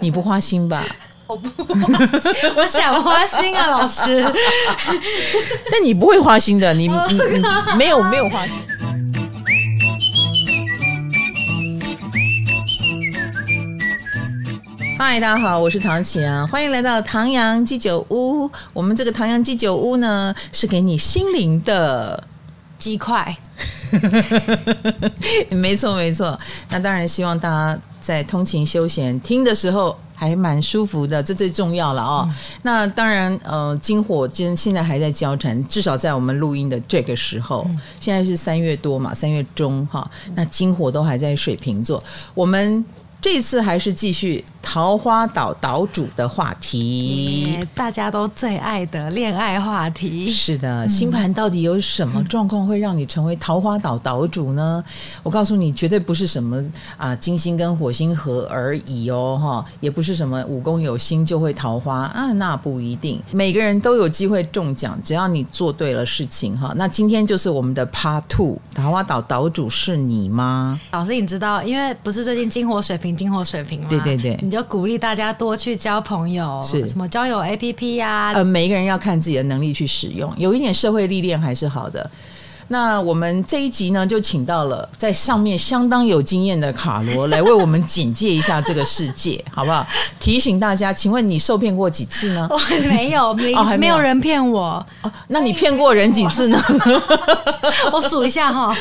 你不花心吧？ 我不花心，我想花心啊，老师。 但你不会花心的，你没有花心。嗨，大家好，我是唐启阳，欢迎来到唐阳鸡酒屋。我们这个唐阳鸡酒屋呢，是给你心灵的鸡块。 没错没错。那当然希望大家在通勤休闲听的时候还蛮舒服的，这最重要了哦。那当然金火现在还在交战，至少在我们录音的这个时候，现在是3月多嘛，3月中哈，那金火都还在水瓶座。我们这次还是继续桃花岛岛主的话题， 大家都最爱的恋爱话题。 是的，星盘到底有什么状况会让你成为桃花岛岛主呢？我告诉你，绝对不是什么金星跟火星合而已哦，也不是什么武功有心就会桃花啊，那不一定。每个人都有机会中奖，只要你做对了事情哈。那今天就是我们的 Part 2，桃花岛岛主是你吗？ 老师，你知道，因为不是最近金火水瓶吗？ 对对对， 你就鼓励大家多去交朋友，是什么交友 APP 啊？ 每一个人要看自己的能力去使用，有一点社会历练还是好的。那我们这一集呢，就请到了在上面相当有经验的卡罗来为我们简介一下这个世界，好不好？提醒大家，请问你受骗过几次呢？ 没有，没有人骗我。 那你骗过人几次呢？ 我数一下哈。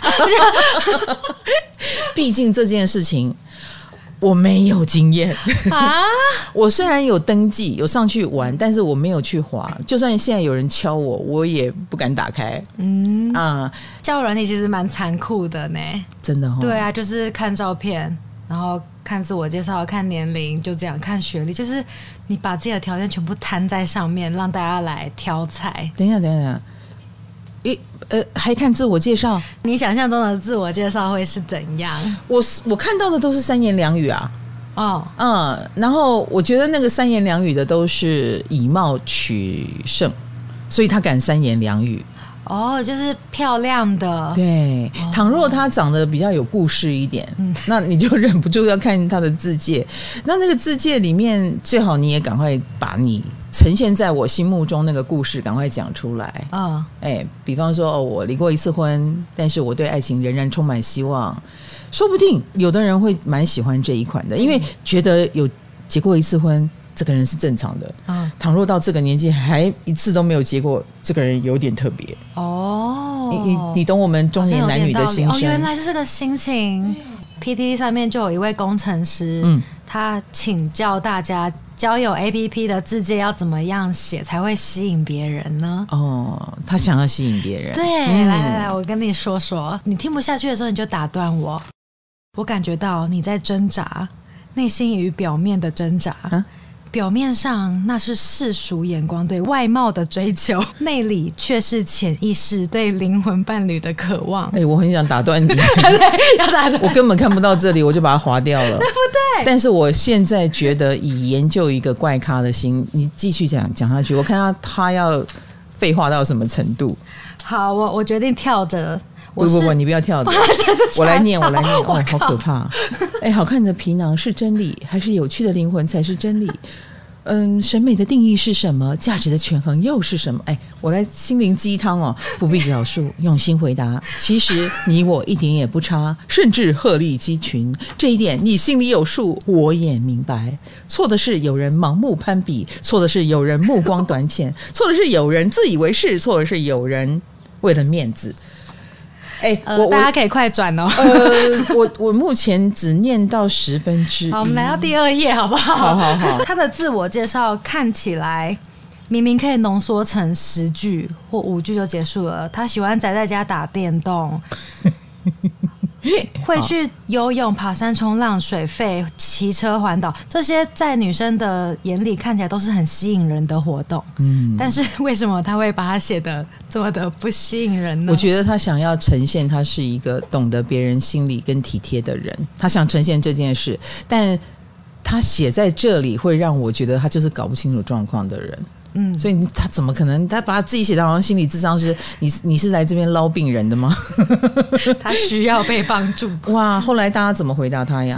毕竟这件事情我没有经验啊！我虽然有登记，有上去玩，但是我没有去滑。就算现在有人敲我，我也不敢打开。 交友软体其实蛮残酷的呢， 真的哦。 对啊，就是看照片，然后看自我介绍，看年龄，就这样看学历，就是你把自己的条件全部摊在上面，让大家来挑菜。 等一下。还看自我介绍？ 你想象中的自我介绍会是怎样？ 我看到的都是三言两语啊。然后我觉得那个三言两语的都是以貌取胜，所以他敢三言两语。 就是漂亮的。对， 倘若他长得比较有故事一点，那你就忍不住要看他的字界。那个字界里面，最好你也赶快把你呈现在我心目中那个故事赶快讲出来。比方说我离过一次婚，但是我对爱情仍然充满希望。说不定有的人会蛮喜欢这一款的，因为觉得有结过一次婚，这个人是正常的。倘若到这个年纪还一次都没有结过，这个人有点特别。你懂我们中年男女的心声。 原来是这个心情。PTT 上面就有一位工程师，他请教大家交友 APP 的字界要怎么样写才会吸引别人呢？ 他想要吸引别人。 对，来，我跟你说，你听不下去的时候你就打断我。我感觉到你在挣扎，内心与表面的挣扎。表面上那是世俗眼光对外貌的追求，内里却是潜意识对灵魂伴侣的渴望。 我很想打断你。 要打断， 我根本看不到这里，我就把它划掉了， 对不对？ 但是我现在觉得以研究一个怪咖的心，你继续讲下去，我看他要废话到什么程度。 好，我决定跳着。 不，你不要跳着。我来念。好可怕。好看的皮囊是真理，还是有趣的灵魂才是真理？审美的定义是什么？价值的权衡又是什么？我来心灵鸡汤不必表述，用心回答。其实你我一点也不差，甚至鹤立鸡群。这一点你心里有数，我也明白。错的是有人盲目攀比，错的是有人目光短浅，错的是有人自以为是，错的是有人为了面子。 大家可以快转哦。 我目前只念到1/10。 好，我们来到第2页好不好？ 好。 他的自我介绍看起来明明可以浓缩成10句或5句就结束了。他喜欢宅在家打电动，会去游泳、爬山、冲浪、水肺、骑车环岛，这些在女生的眼里看起来都是很吸引人的活动。但是为什么他会把它写得这么的不吸引人呢？ 我觉得他想要呈现他是一个懂得别人心理跟体贴的人，他想呈现这件事，但他写在这里会让我觉得他就是搞不清楚状况的人。所以他怎么可能？他把他自己写的好像心理咨商师，你是来这边捞病人的吗？ 他需要被帮助。 哇！后来大家怎么回答他呀？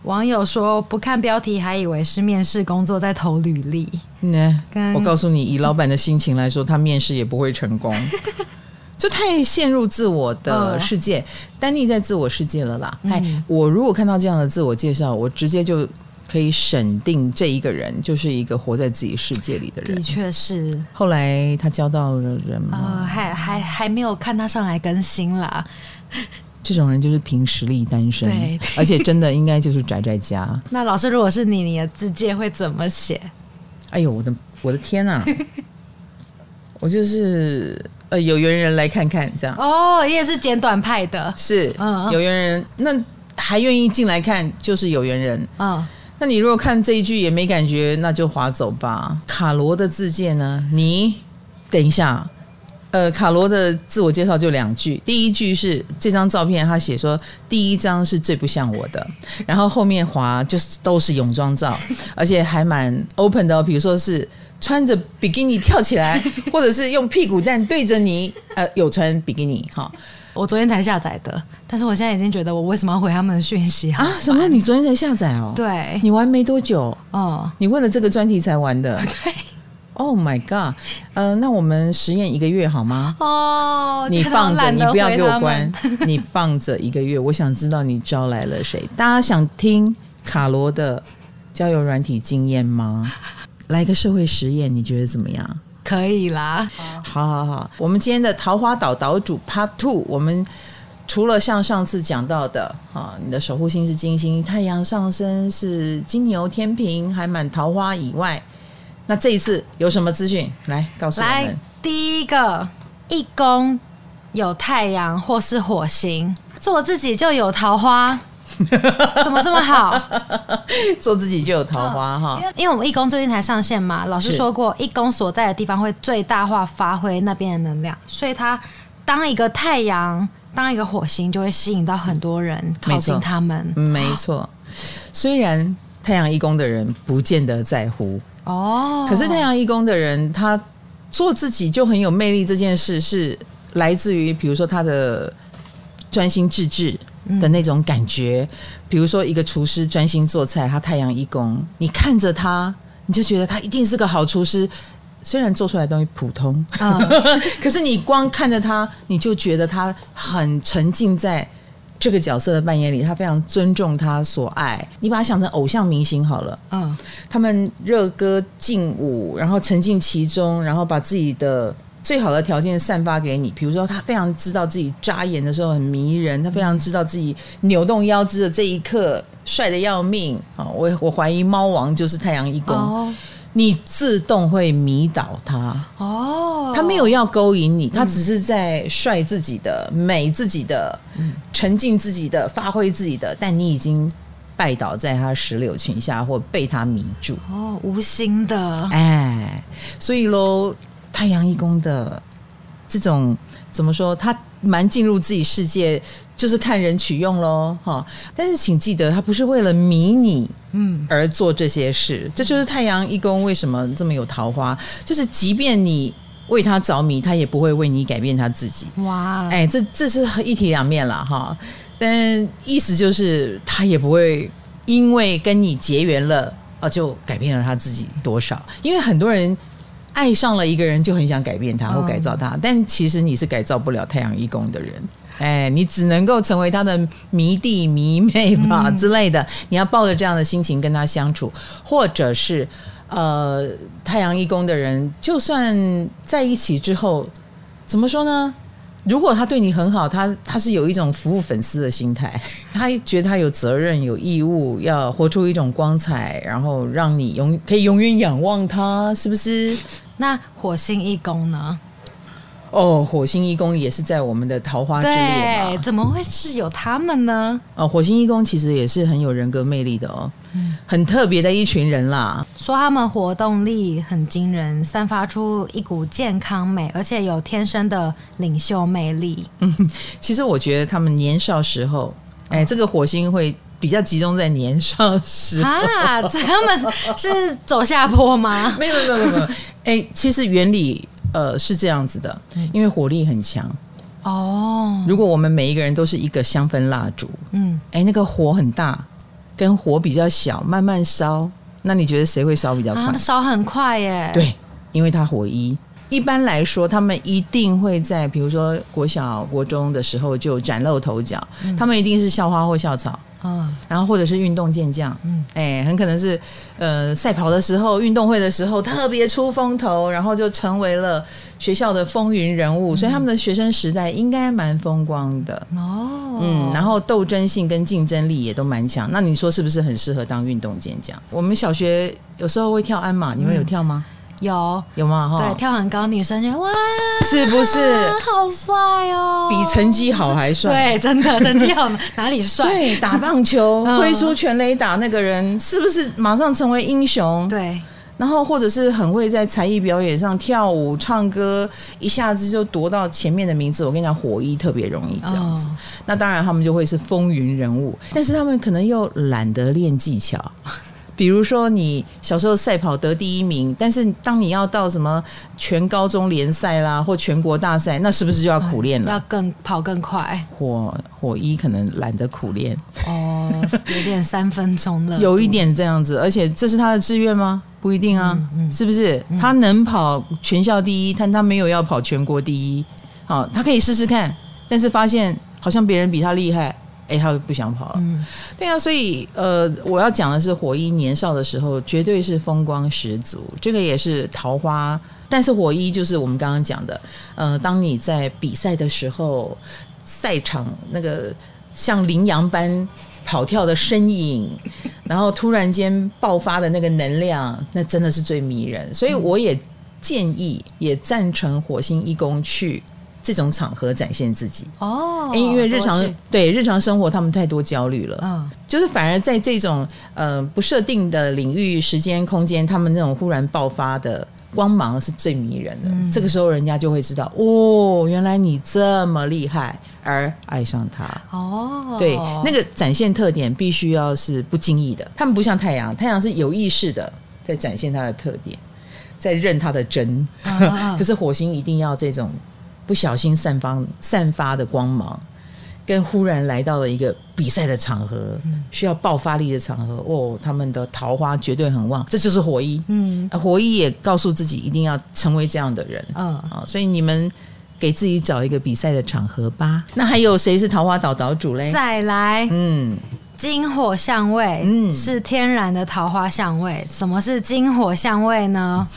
网友说不看标题还以为是面试工作在投履历。 我告诉你，以老板的心情来说，他面试也不会成功。就太陷入自我的世界，丹妮在自我世界了啦。我如果看到这样的自我介绍，我直接就可以审定这一个人就是一个活在自己世界里的人。 的确是。 后来他交到了人吗？ 还没有看他上来更新啦。 这种人就是凭实力单身， 对， 而且真的应该就是宅在家。 那老师，如果是你的自介会怎么写？ 哎呦，我的天啊！我就是有缘人来看看这样。 哦，你也是简短派的。 是，有缘人，那还愿意进来看就是有缘人。那你如果看这一句也没感觉，那就划走吧。卡罗的自介呢？你等一下。卡罗的自我介绍就2句，第一句是这张照片，他写说第一张是最不像我的，然后后面滑就是都是泳装照，而且还蛮 open 的哦，比如说是穿着比基尼跳起来，或者是用屁股蛋对着你，有穿比基尼哈。 我昨天才下载的，但是我现在已经觉得我为什么要回他们的讯息啊？ 什么？你昨天才下载哦？ 对， 你玩没多久你为了这个专题才玩的？ 对。 Oh my god！ 那我们实验1个月好吗？你放着，你不要给我关，你放着1个月。我想知道你招来了谁？大家想听卡罗的交友软体经验吗？来个社会实验，你觉得怎么样？ 可以啦。 好，我们今天的桃花岛岛主 Part 2，我们除了像上次讲到的你的守护星是金星，太阳上升是金牛、天秤，还满桃花以外。那这一次有什么资讯？来告诉我们。 来，第一个，一宫有太阳或是火星，做自己就有桃花，怎么这么好？ 做自己就有桃花哈。 因为我们一宫最近才上线嘛，老师说过，一宫所在的地方会最大化发挥那边的能量，所以它当一个太阳，当一个火星，就会吸引到很多人靠近他们。 没错，虽然太阳一宫的人不见得在乎。可是太阳一宫的人，他做自己就很有魅力，这件事是来自于比如说他的专心致志的那种感觉。比如说一个厨师专心做菜，他太阳一宫，你看着他，你就觉得他一定是个好厨师，虽然做出来的东西普通，可是你光看着他，你就觉得他很沉浸在这个角色的扮演里，他非常尊重他所爱。你把他想成偶像明星好了，他们热歌劲舞，然后沉浸其中，然后把自己的最好的条件散发给你。比如说他非常知道自己眨眼的时候很迷人，他非常知道自己扭动腰肢的这一刻帅得要命。我怀疑猫王就是太阳一宫，你自动会迷倒他。他没有要勾引你，他只是在帅自己的、美自己的、沉浸自己的、发挥自己的，但你已经拜倒在他石榴裙下，或被他迷住。 无心的。 所以咯，太阳一宫的这种怎么说，他蛮进入自己世界，就是看人取用咯。但是请记得，他不是为了迷你而做这些事。这就是太阳一宫为什么这么有桃花，就是即便你为他着迷，他也不会为你改变他自己。哇，这是一体两面啦哈。但意思就是他也不会因为跟你结缘了就改变了他自己多少。因为很多人爱上了一个人就很想改变他或改造他，但其实你是改造不了太阳一宫的人。你只能够成为他的迷弟迷妹吧之类的。你要抱着这样的心情跟他相处，或者是太阳一宫的人就算在一起之后，怎么说呢，如果他对你很好，他是有一种服务粉丝的心态，他觉得他有责任有义务要活出一种光彩，然后让你可以永远仰望他，是不是？ 那火星一宫呢？ 火星一宫也是在我们的桃花之列嘛， 对，怎么会是有他们呢？ 火星一宫其实也是很有人格魅力的很特别的一群人啦。 说他们活动力很惊人，散发出一股健康美，而且有天生的领袖魅力。 其实我觉得他们年少时候，这个火星会比较集中在年少时候他们是走下坡吗？没有， 其实原理是这样子的，因为火力很强如果我们每一个人都是一个香氛蜡烛，那个火很大， 跟火比较小，慢慢烧，那你觉得谁会烧比较快？ 烧很快耶。 对，因为它火一。一般来说，他们一定会在比如说国小、国中的时候就崭露头角，他们一定是校花或校草。然后或者是运动健将，很可能是赛跑的时候、运动会的时候特别出风头，然后就成为了学校的风云人物，所以他们的学生时代应该蛮风光的然后斗争性跟竞争力也都蛮强。那你说是不是很适合当运动健将？我们小学有时候会跳鞍马，你们有跳吗？有吗？ 对，跳很高，女生就哇， 是不是好帅哦？ 比成绩好还帅？ 对，真的成绩好哪里帅？ 对，打棒球挥出全垒打那个人，是不是马上成为英雄？ 对。 然后或者是很会在才艺表演上跳舞、唱歌，一下子就夺到前面的名字。我跟你讲，火一特别容易这样子。那当然他们就会是风云人物，但是他们可能又懒得练技巧。比如说你小时候赛跑得第1名，但是当你要到什么全高中联赛啦或全国大赛，那是不是就要苦练了？ 要跑更快。 火一可能懒得苦练有点3分钟了， 有一点这样子。而且这是他的志愿吗？不一定啊，是不是？他能跑全校第一，但他没有要跑全国第一。他可以试试看，但是发现好像别人比他厉害，他不想跑了。对啊，所以我要讲的是火一年少的时候绝对是风光十足，这个也是桃花。但是火一就是我们刚刚讲的，当你在比赛的时候，赛场那个像羚羊般跑跳的身影，然后突然间爆发的那个能量，那真的是最迷人。所以我也建议，也赞成火星一宫去这种场合展现自己因为日常生活他们太多焦虑了，就是反而在这种不设定的领域、时间、空间，他们那种忽然爆发的光芒是最迷人的。这个时候人家就会知道，原来你这么厉害，而爱上他。对，那个展现特点必须要是不经意的，他们不像太阳，太阳是有意识的在展现它的特点，在认它的真可是火星一定要这种不小心散发的光芒，跟忽然来到了一个比赛的场合，需要爆发力的场合，他们的桃花绝对很旺。这就是火一。火一也告诉自己一定要成为这样的人。所以你们给自己找一个比赛的场合吧。那还有谁是桃花岛岛主嘞？ 再来，金火相位，是天然的桃花相位。什么是金火相位呢？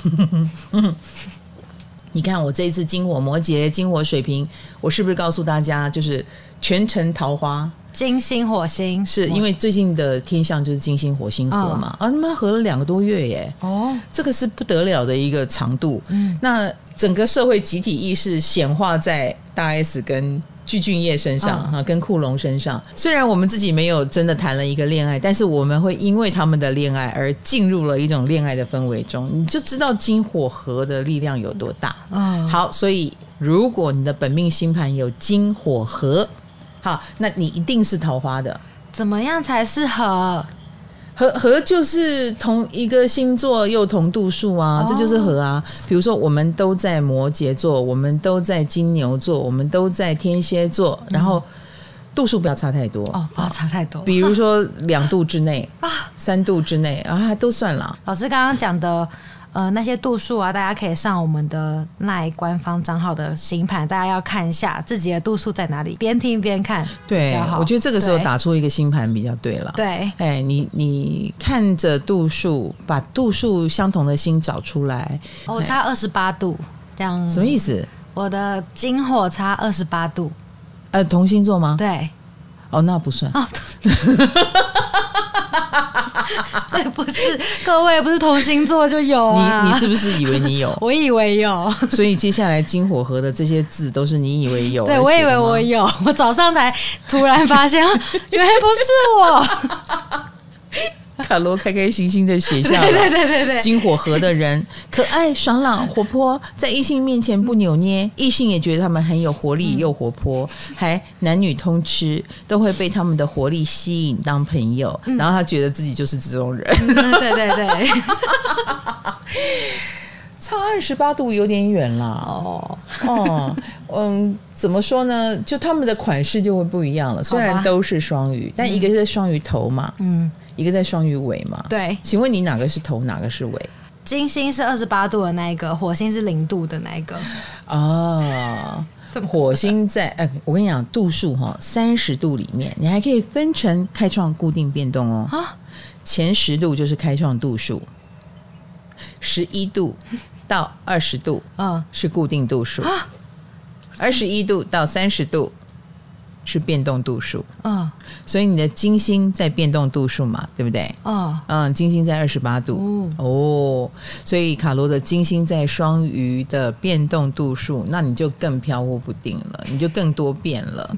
你看我这一次金火摩羯、金火水瓶，我是不是告诉大家就是全程桃花？ 金星火星， 是因为最近的天象就是金星火星合嘛，他们合了2个多月耶，这个是不得了的一个长度。那整个社会集体意识显化在大 S 跟具俊晔身上，跟库龙身上。虽然我们自己没有真的谈了一个恋爱，但是我们会因为他们的恋爱而进入了一种恋爱的氛围中，你就知道金火合的力量有多大。好，所以如果你的本命星盘有金火合，好，那你一定是桃花的。 怎么样才是合？ 合就是同一个星座又同度数啊，这就是合啊。比如说我们都在摩羯座，我们都在金牛座，我们都在天蝎座，然后度数不要差太多不要差太多。 比如说2度之内3度之内都算了。 老师刚刚讲的那些度数大家可以上我们的LINE官方账号的星盘，大家要看一下自己的度数在哪里，边听边看比较好。 对，我觉得这个时候打出一个星盘比较对了。 对， 你看着度数，把度数相同的星找出来。 我差28度，这样什么意思？ 我的金火差28度。 同星座吗？ 对。 那不算。 所以不是各位不是同星座就有你是不是以为你有？ 我以为有， 所以接下来金火合的这些字都是你以为有。 对，我以为我有，我早上才突然发现原来不是我。 卡罗开开心心的写下了对金火合的人可爱爽朗活泼，在异性面前不扭捏，异性也觉得他们很有活力又活泼，还男女通吃，都会被他们的活力吸引当朋友，然后他觉得自己就是这种人。 对差28度有点远啦。怎么说呢？就他们的款式就会不一样了。虽然都是双鱼，但一个是双鱼头嘛， 一个在双鱼尾嘛。 对， 请问你哪个是头，哪个是尾？ 金星是28度的那一个，火星是0度的那一个。 哦，火星在我跟你讲，度数30度里面，你还可以分成开创、固定、变动哦。前10度就是开创度数，11度到20度是固定度数，21度到30度是变动度数。所以你的金星在变动度数嘛，对不对？金星在28度所以卡罗的金星在双鱼的变动度数，那你就更飘忽不定了，你就更多变了。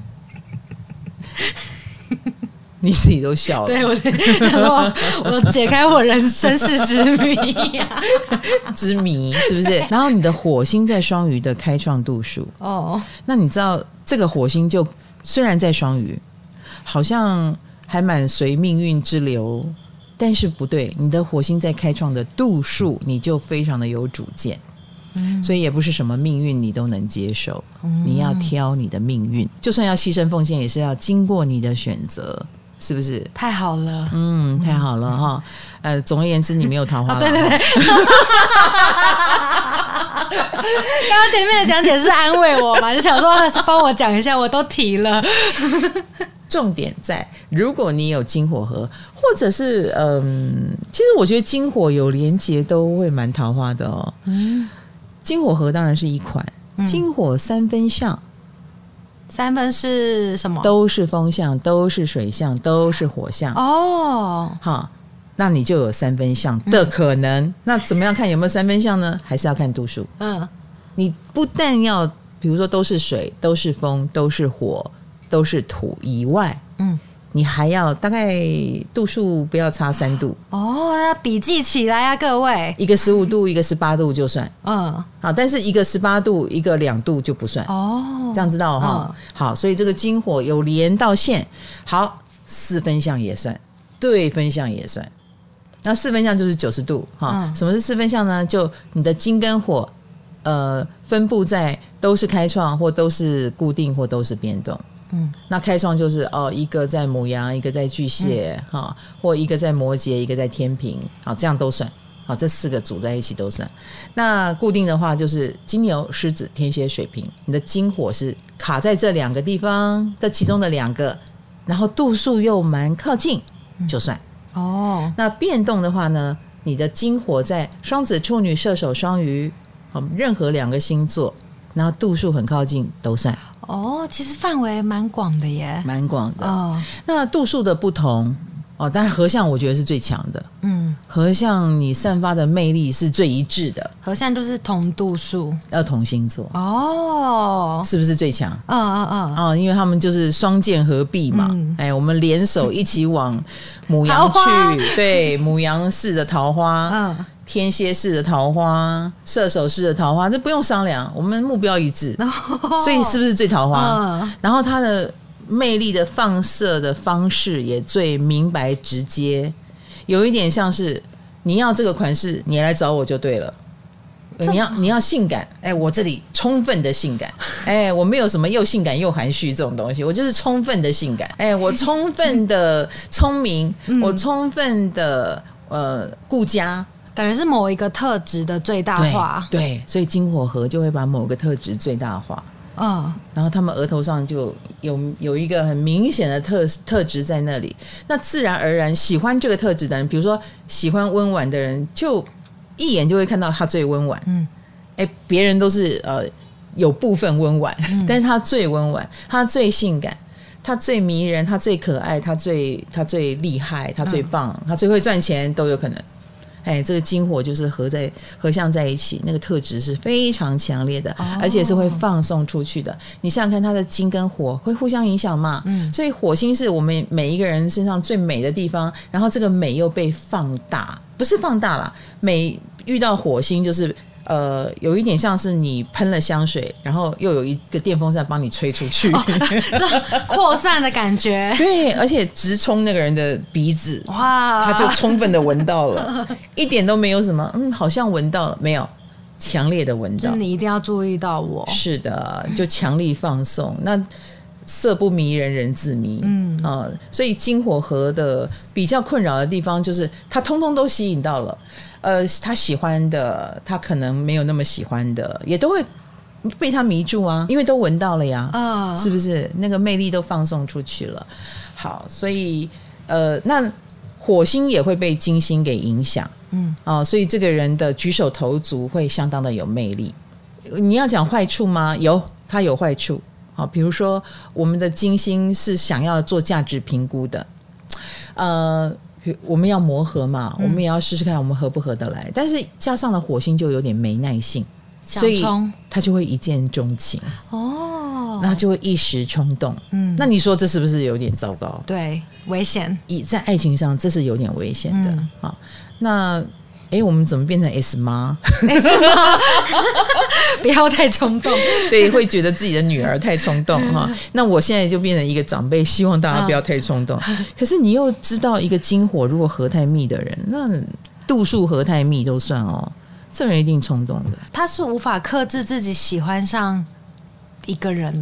你自己都笑了。 对，我解开我人身世之谜之谜是不是？然后你的火星在双鱼的开创度数那你知道这个火星就虽然在双鱼，好像还蛮随命运之流，但是不对，你的火星在开创的度数，你就非常的有主见。所以也不是什么命运你都能接受，你要挑你的命运，就算要牺牲奉献，也是要经过你的选择，是不是？ 太好了， 太好了哈。总而言之，你没有桃花。 对。刚刚前面的讲解是安慰我嘛，就想说帮我讲一下，我都提了。 重点在，如果你有金火合，或者是其实我觉得金火有连结都会蛮桃花的哦。金火合当然是一款，金火3分相 ，3分是什么？ 都是风象，都是水象，都是火象好，那你就有3分相的可能。那怎么样看有没有3分相呢？还是要看度数。你不但要比如说都是水，都是风，都是火，都是土以外，你还要大概度数不要差3度那笔记起来啊，各位， 一个15度，一个18度就算好，但是一个18度，一个2度就不算这样知道好，所以这个金火有连到线，好，4分相也算，对分相也算。那4分相就是90度什么是4分相呢？就你的金跟火分布在都是开创，或都是固定，或都是变动。那开创就是一个在牡羊，一个在巨蟹或一个在摩羯，一个在天平，这样都算。这4个组在一起都算。那固定的话就是金牛、狮子、天蝎、水瓶，你的金火是卡在这2个地方的其中的2个，然后度数又蛮靠近，就算。那变动的话呢，你的金火在双子、处女、射手、双鱼，任何2个星座，然后度数很靠近都算。 其实范围蛮广的耶， 蛮广的。那度数的不同当然合相我觉得是最强的。合相你散发的魅力是最一致的。 合相就是同度数， 要同星座是不是最强？因为他们就是双剑合璧嘛。我们联手一起往牡羊去，对，牡羊式的桃花，天蝎式的桃花，射手式的桃花，这不用商量，我们目标一致，所以是不是最桃花？然后它的魅力的放射的方式也最明白直接，有一点像是你要这个款式，你来找我就对了。你要性感，我这里充分的性感，我没有什么又性感又含蓄这种东西，我就是充分的性感，我充分的聪明，我充分的顾家。 感觉是某一个特质的最大化。 对，所以金火合就会把某个特质最大化。然后他们额头上就有一个很明显的特质在那里，那自然而然喜欢这个特质的人，比如说喜欢温婉的人，就一眼就会看到他最温婉。别人都是有部分温婉，但是他最温婉，他最性感，他最迷人，他最可爱，他最厉害，他最棒，他最会赚钱都有可能。这个金火就是合相在一起，那个特质是非常强烈的，而且是会放送出去的。你想想看，它的金跟火会互相影响嘛？所以火星是我们每一个人身上最美的地方，然后这个美又被放大，不是放大啦，美遇到火星就是有一点像是你喷了香水，然后又有一个电风扇帮你吹出去， 这种扩散的感觉。 对，而且直冲那个人的鼻子，他就充分的闻到了，一点都没有什么好像闻到了，没有，强烈的闻到。 就你一定要注意到我。 是的，就强力放送。那色不迷人人自迷，所以金火合的比较困扰的地方就是他通通都吸引到了，他喜欢的，他可能没有那么喜欢的，也都会被他迷住啊，因为都闻到了呀，是不是？那个魅力都放送出去了。好，所以那火星也会被金星给影响，所以这个人的举手投足会相当的有魅力。你要讲坏处吗？有，他有坏处。好，比如说我们的金星是想要做价值评估的，我们要磨合嘛，我们也要试试看我们合不合得来。但是加上了火星就有点没耐性，所以他就会一见钟情然后就会一时冲动。那你说这是不是有点糟糕？ 对，危险。 在爱情上这是有点危险的。好，那我们怎么变成 S 妈？ S 妈不要太冲动。 对，会觉得自己的女儿太冲动那我现在就变成一个长辈，希望大家不要太冲动。可是你又知道，一个金火如果合太密的人，那度数合太密都算这人一定冲动的。 他是无法克制自己喜欢上一个人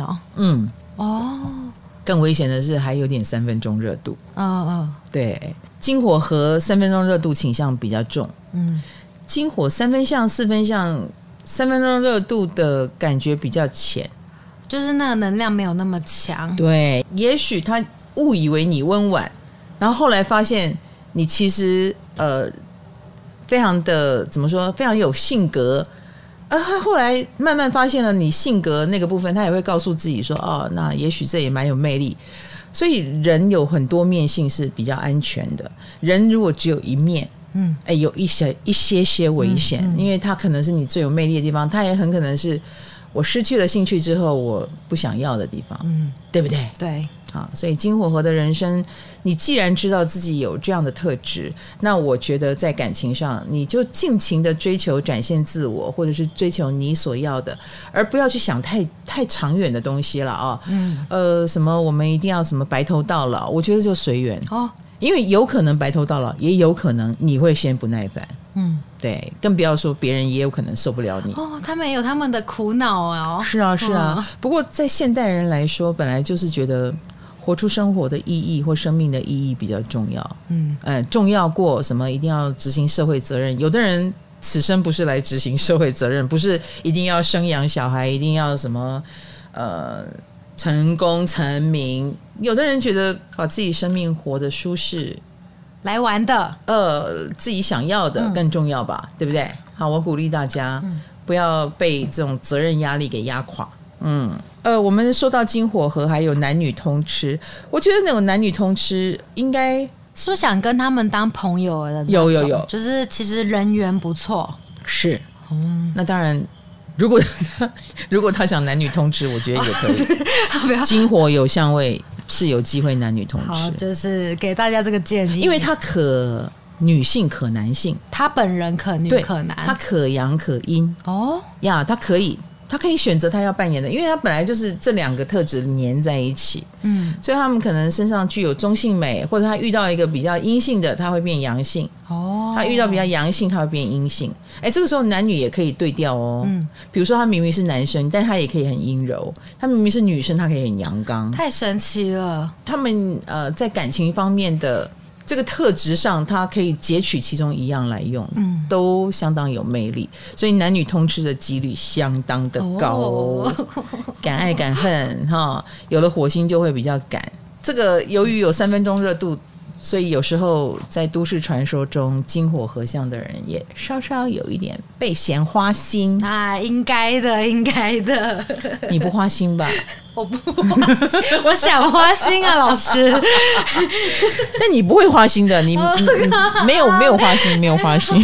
更危险的是还有点3分钟热度。对，金火合3分钟热度倾向比较重。金火3分相4分相3分钟热度的感觉比较浅， 就是那个能量没有那么强。 对，也许他误以为你温婉，然后后来发现你其实非常的怎么说，非常有性格。他后来慢慢发现了你性格那个部分，他也会告诉自己说那也许这也蛮有魅力。所以人有很多面性是比较安全的，人如果只有一面有一些危险，因为他可能是你最有魅力的地方，他也很可能是我失去了兴趣之后我不想要的地方，对不对？ 对。 好，所以金火合的人生，你既然知道自己有这样的特质，那我觉得在感情上你就尽情的追求展现自我，或者是追求你所要的，而不要去想太长远的东西了什么我们一定要什么白头到老，我觉得就随缘因为有可能白头到老，也有可能你会先不耐烦。对，更不要说别人也有可能受不了你他们也有他们的苦恼是啊是啊不过在现代人来说，本来就是觉得活出生活的意义或生命的意义比较重要，重要过什么一定要执行社会责任。有的人此生不是来执行社会责任，不是一定要生养小孩，一定要什么成功成名。有的人觉得把自己生命活得舒适来玩的， 自己想要的更重要吧，对不对？好，我鼓励大家不要被这种责任压力给压垮。我们说到金火合还有男女通吃，我觉得那种男女通吃应该是不是想跟他们当朋友的那种？有，就是其实人缘不错。 是，那当然如果他想男女通吃，我觉得也可以。金火有相位是有机会男女通吃。 好，就是给大家这个建议， 因为他可女性可男性， 他本人可女可男， 他可阳可阴他可以选择他要扮演的，因为他本来就是这两个特质黏在一起，所以他们可能身上具有中性美，或者他遇到一个比较阴性的，他会变阳性他遇到比较阳性，他会变阴性。这个时候男女也可以对调比如说他明明是男生，但他也可以很阴柔；他明明是女生，他可以很阳刚。 太神奇了！ 他们在感情方面的这个特质上，他可以截取其中一样来用，都相当有魅力，所以男女通吃的几率相当的高。敢爱敢恨有了火星就会比较敢。这个由于有3分钟热度，所以有时候在都市传说中，金火合相的人也稍稍有一点被嫌花心应该的，应该的。 你不花心吧？ 我不花心，我想花心啊，老师。 但你不会花心的，你没有花心，没有花心。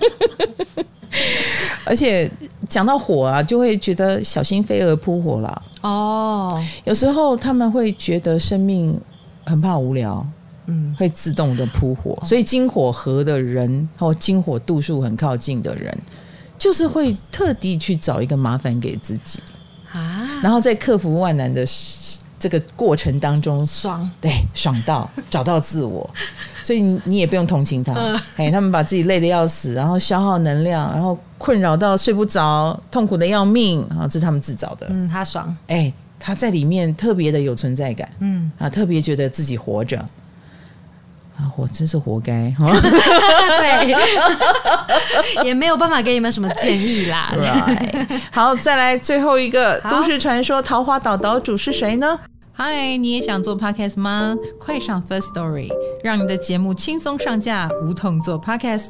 而且讲到火就会觉得小心飞蛾扑火啦。有时候他们会觉得生命很怕无聊，会自动的扑火。所以金火合的人或金火度数很靠近的人，就是会特地去找一个麻烦给自己然后在克服万难的这个过程当中爽到找到自我。所以你也不用同情他他们把自己累得要死，然后消耗能量，然后困扰到睡不着，痛苦的要命这是他们自找的。 他爽他在里面特别的有存在感，特别觉得自己活着。我真是活该对，也没有办法给你们什么建议啦。 Right. 好，再来最后一个都市传说桃花岛岛主是谁呢？嗨，你也想做 podcast 吗？快上 First Story， 让你的节目轻松上架，无痛做 podcast。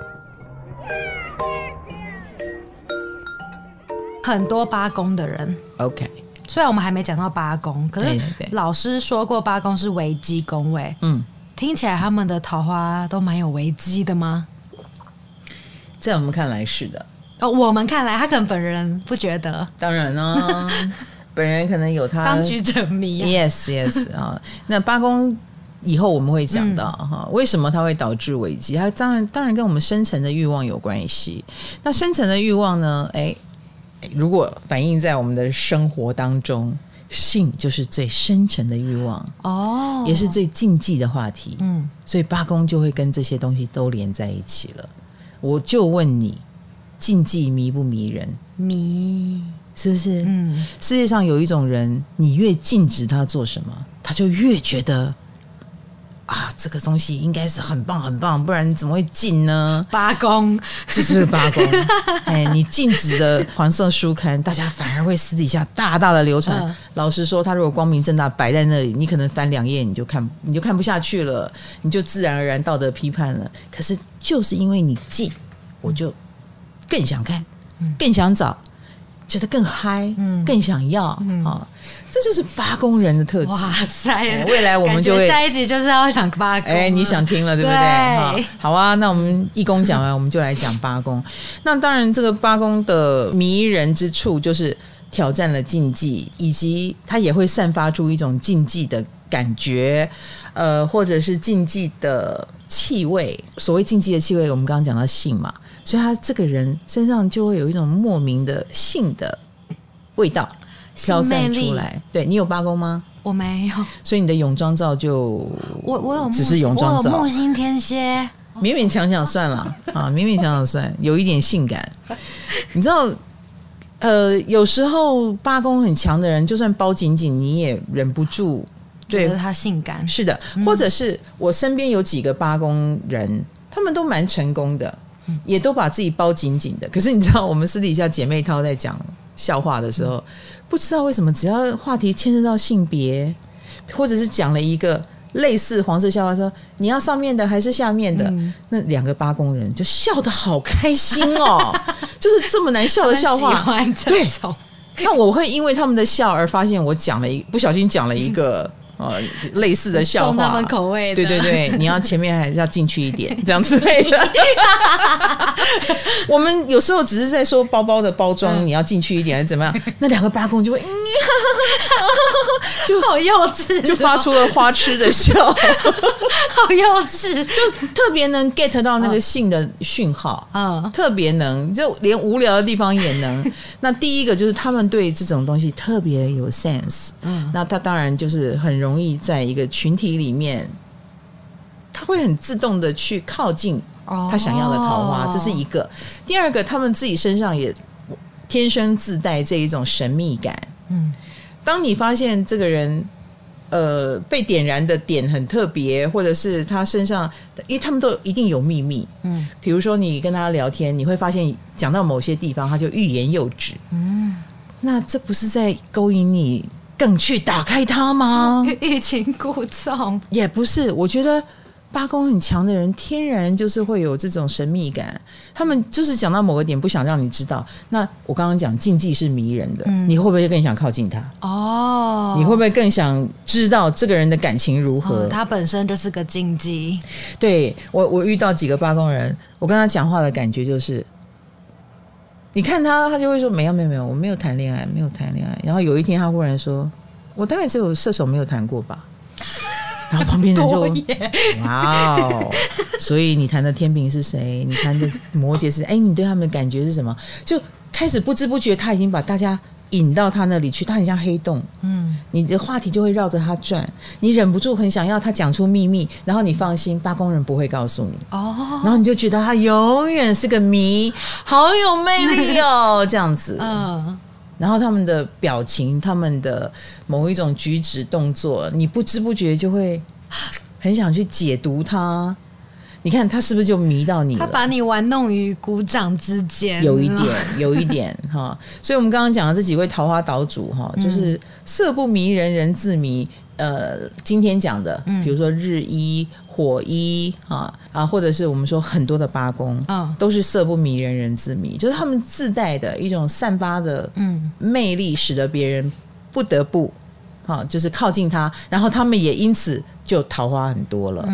很多八宫的人 OK， 虽然我们还没讲到八宫，可是老师说过八宫是危机宫位，听起来他们的桃花都蛮有危机的吗？ 在我们看来是的。 我们看来他可能本人不觉得。 当然呢本人可能有他当局者迷 yes 那八宫以后我们会讲到为什么它会导致危机，它当然跟我们深层的欲望有关系。那深层的欲望呢，如果反映在我们的生活当中，性就是最深沉的欲望也是最禁忌的话题，所以八宫就会跟这些东西都连在一起了。我就问你，禁忌迷不迷人？迷，是不是？世界上有一种人，你越禁止他做什么，他就越觉得这个东西应该是很棒很棒，不然怎么会禁呢？八宫，这就是八宫你禁止的黄色书刊，大家反而会私底下大大的流传。老实说，他如果光明正大摆在那里，你可能翻2页你就看不下去了，你就自然而然道德批判了。可是就是因为你禁，我就更想看，更想找，觉得更嗨，更想要这就是八宫人的特质。哇塞！未来我们就会下一集就是要讲八宫你想听了对不对？好啊，那我们一宫讲完，我们就来讲八宫。那当然，这个八宫的迷人之处就是挑战了禁忌，以及它也会散发出一种禁忌的感觉，或者是禁忌的气味。所谓禁忌的气味，我们刚刚讲到性嘛，所以他这个人身上就会有一种莫名的性的味道飘散出来。对，你有八宫吗？ 我没有， 所以你的泳装照就我有只是泳装照， 我有木星天蝎， 勉勉强强算了勉勉强强算，有一点性感。你知道有时候八宫很强的人，就算包紧紧，你也忍不住觉得他性感。 是的，或者是我身边有几个八宫人，他们都蛮成功的，也都把自己包紧紧的。可是你知道，我们私底下姐妹淘在讲笑话的时候，不知道为什么，只要话题牵涉到性别，或者是讲了一个类似黄色笑话说你要上面的还是下面的，那2个八宫人就笑得好开心就是这么难笑的笑话， 喜欢这种。 那我会因为他们的笑而发现我不小心讲了一个类似的笑话， 送他们口味的。 对，你要前面还是要进去一点，这样之类的。我们有时候只是在说包包的包装，你要进去一点还是怎么样？那2个八宫就会就好幼稚， 就发出了花痴的笑， 好幼稚， 就特别能 get 到那个性的讯号，特别能，就连无聊的地方也能。那第一个就是他们对这种东西特别有 sense，那他当然就是很容易在一个群体里面，他会很自动的去靠近他想要的桃花，这是一个。第二个，他们自己身上也天生自带这一种神秘感。当你发现这个人被点燃的点很特别，或者是他身上，因为他们都一定有秘密，比如说你跟他聊天，你会发现讲到某些地方他就欲言又止，那这不是在勾引你更去打开它吗？ 欲擒故纵也不是，我觉得八宫很强的人天然就是会有这种神秘感，他们就是讲到某个点不想让你知道。那我刚刚讲禁忌是迷人的，你会不会更想靠近他？你会不会更想知道这个人的感情如何？ 他本身就是个禁忌。 对，我遇到几个八宫人，我跟他讲话的感觉就是，你看他就会说没有，我没有谈恋爱，没有谈恋爱。然后有一天他忽然说，我大概只有射手没有谈过吧。然后旁边人就哇哦，所以你谈的天秤是谁？你谈的摩羯是谁？你对他们的感觉是什么？就开始不知不觉他已经把大家引到他那里去，他很像黑洞，你的话题就会绕着他转，你忍不住很想要他讲出秘密，然后你放心，八宫人不会告诉你，然后你就觉得他永远是个谜，好有魅力这样子， 然后他们的表情，他们的某一种举止动作，你不知不觉就会很想去解读他。你看他是不是就迷到你了？ 他把你玩弄于股掌之间， 有一点哈。所以我们刚刚讲的这几位桃花岛主哈，就是色不迷人人自迷。今天讲的，比如说日一、火一啊，或者是我们说很多的八宫，都是色不迷人人自迷，就是他们自带的一种散发的魅力，使得别人不得不就是靠近他，然后他们也因此就桃花很多了。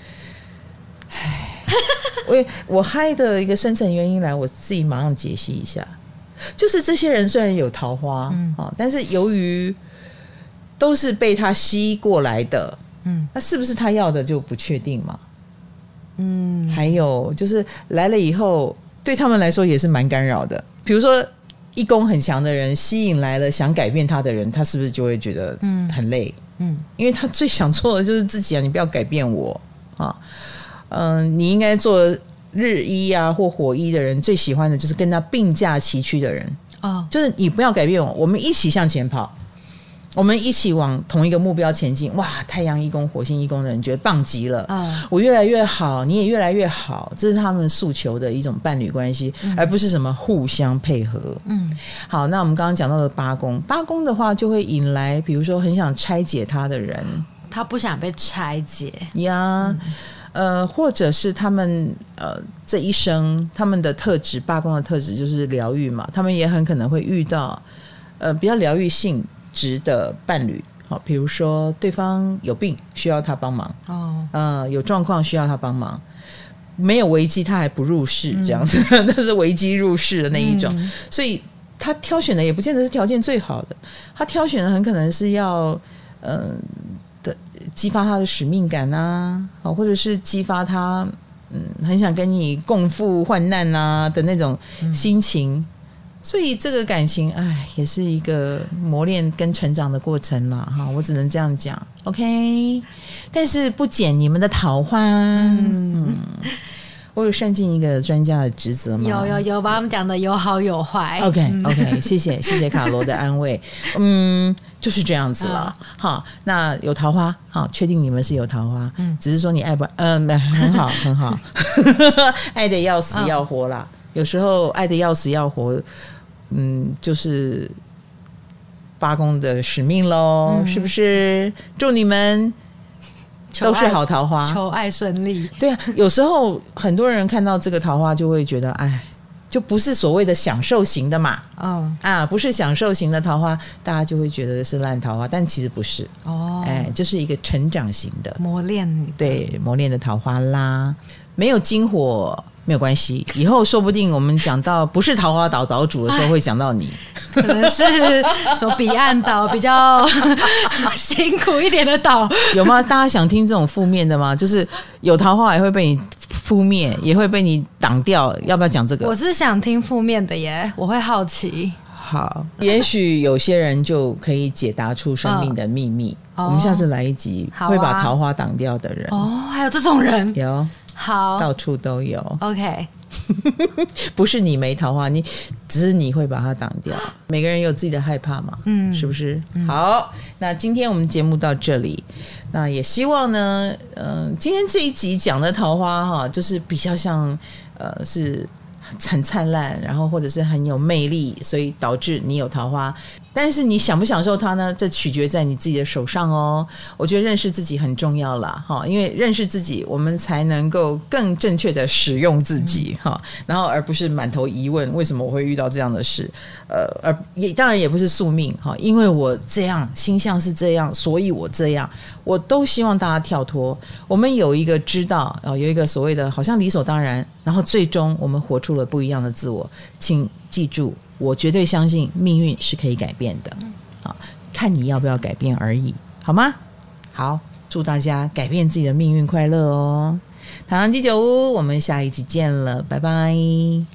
我嗨的一个深层原因来，我自己马上解析一下，就是这些人虽然有桃花，但是由于都是被他吸过来的，那是不是他要的就不确定嘛？还有就是来了以后，对他们来说也是蛮干扰的。比如说一宫很强的人吸引来了想改变他的人，他是不是就会觉得很累？因为他最想做的就是自己啊，你不要改变我啊。你应该做日一啊或火一的人，最喜欢的就是跟他并驾齐驱的人。就是你不要改变我，我们一起向前跑，我们一起往同一个目标前进。哇，太阳一宫、火星一宫的人觉得棒极了，我越来越好，你也越来越好，这是他们诉求的一种伴侣关系，而不是什么互相配合。好，那我们刚刚讲到的八宫的话，就会引来比如说很想拆解他的人， 他不想被拆解呀。或者是他们这一生他们的特质，八宫的特质就是疗愈嘛，他们也很可能会遇到比较疗愈性质的伴侣。好，比如说对方有病需要他帮忙，有状况需要他帮忙，没有危机他还不入世这样子，那是危机入世的那一种。所以他挑选的也不见得是条件最好的，他挑选的很可能是要激发他的使命感啊，或者是激发他很想跟你共赴患难啊的那种心情。所以这个感情也是一个磨练跟成长的过程啦，我只能这样讲 OK。 但是不减你们的桃花。我有善尽一个专家的职责吗？ 有把他们讲的有好有坏。 OK， 谢谢卡罗的安慰。就是这样子了。好，那有桃花，好，确定你们是有桃花，只是说你爱不很好很好，爱的要死要活啦。有时候爱的要死要活，就是八宫的使命咯，是不是？祝你们都是好桃花， 求爱顺利。 对啊，有时候很多人看到这个桃花就会觉得就不是所谓的享受型的嘛，不是享受型的桃花，大家就会觉得是烂桃花，但其实不是就是一个成长型的磨练你的， 对，磨练的桃花啦。没有金火没有关系，以后说不定我们讲到不是桃花岛岛主的时候会讲到你， 可能是什么彼岸岛比较辛苦一点的岛。 有吗？大家想听这种负面的吗？就是有桃花也会被你扑灭，也会被你挡掉，要不要讲这个？ 我是想听负面的耶，我会好奇。 好，也许有些人就可以解答出生命的秘密。我们下次来一集会把桃花挡掉的人。 还有这种人？ 有， 好， 到处都有。 OK， 不是你没桃花，只是你会把它挡掉。每个人有自己的害怕嘛，是不是？好，那今天我们节目到这里，那也希望呢，今天这一集讲的桃花就是比较像是很灿烂，然后或者是很有魅力，所以导致你有桃花。但是你享不享受它呢？这取决在你自己的手上哦。我觉得认识自己很重要啦，因为认识自己，我们才能够更正确的使用自己，然后而不是满头疑问，为什么我会遇到这样的事？当然也不是宿命，因为我这样星象是这样，所以我这样。我都希望大家跳脱，我们有一个知道，有一个所谓的好像理所当然，然后最终我们活出了不一样的自我。请记住，我绝对相信命运是可以改变的，看你要不要改变而已，好吗？好，祝大家改变自己的命运，快乐哦！唐阳鸡酒屋，我们下一集见了，拜拜。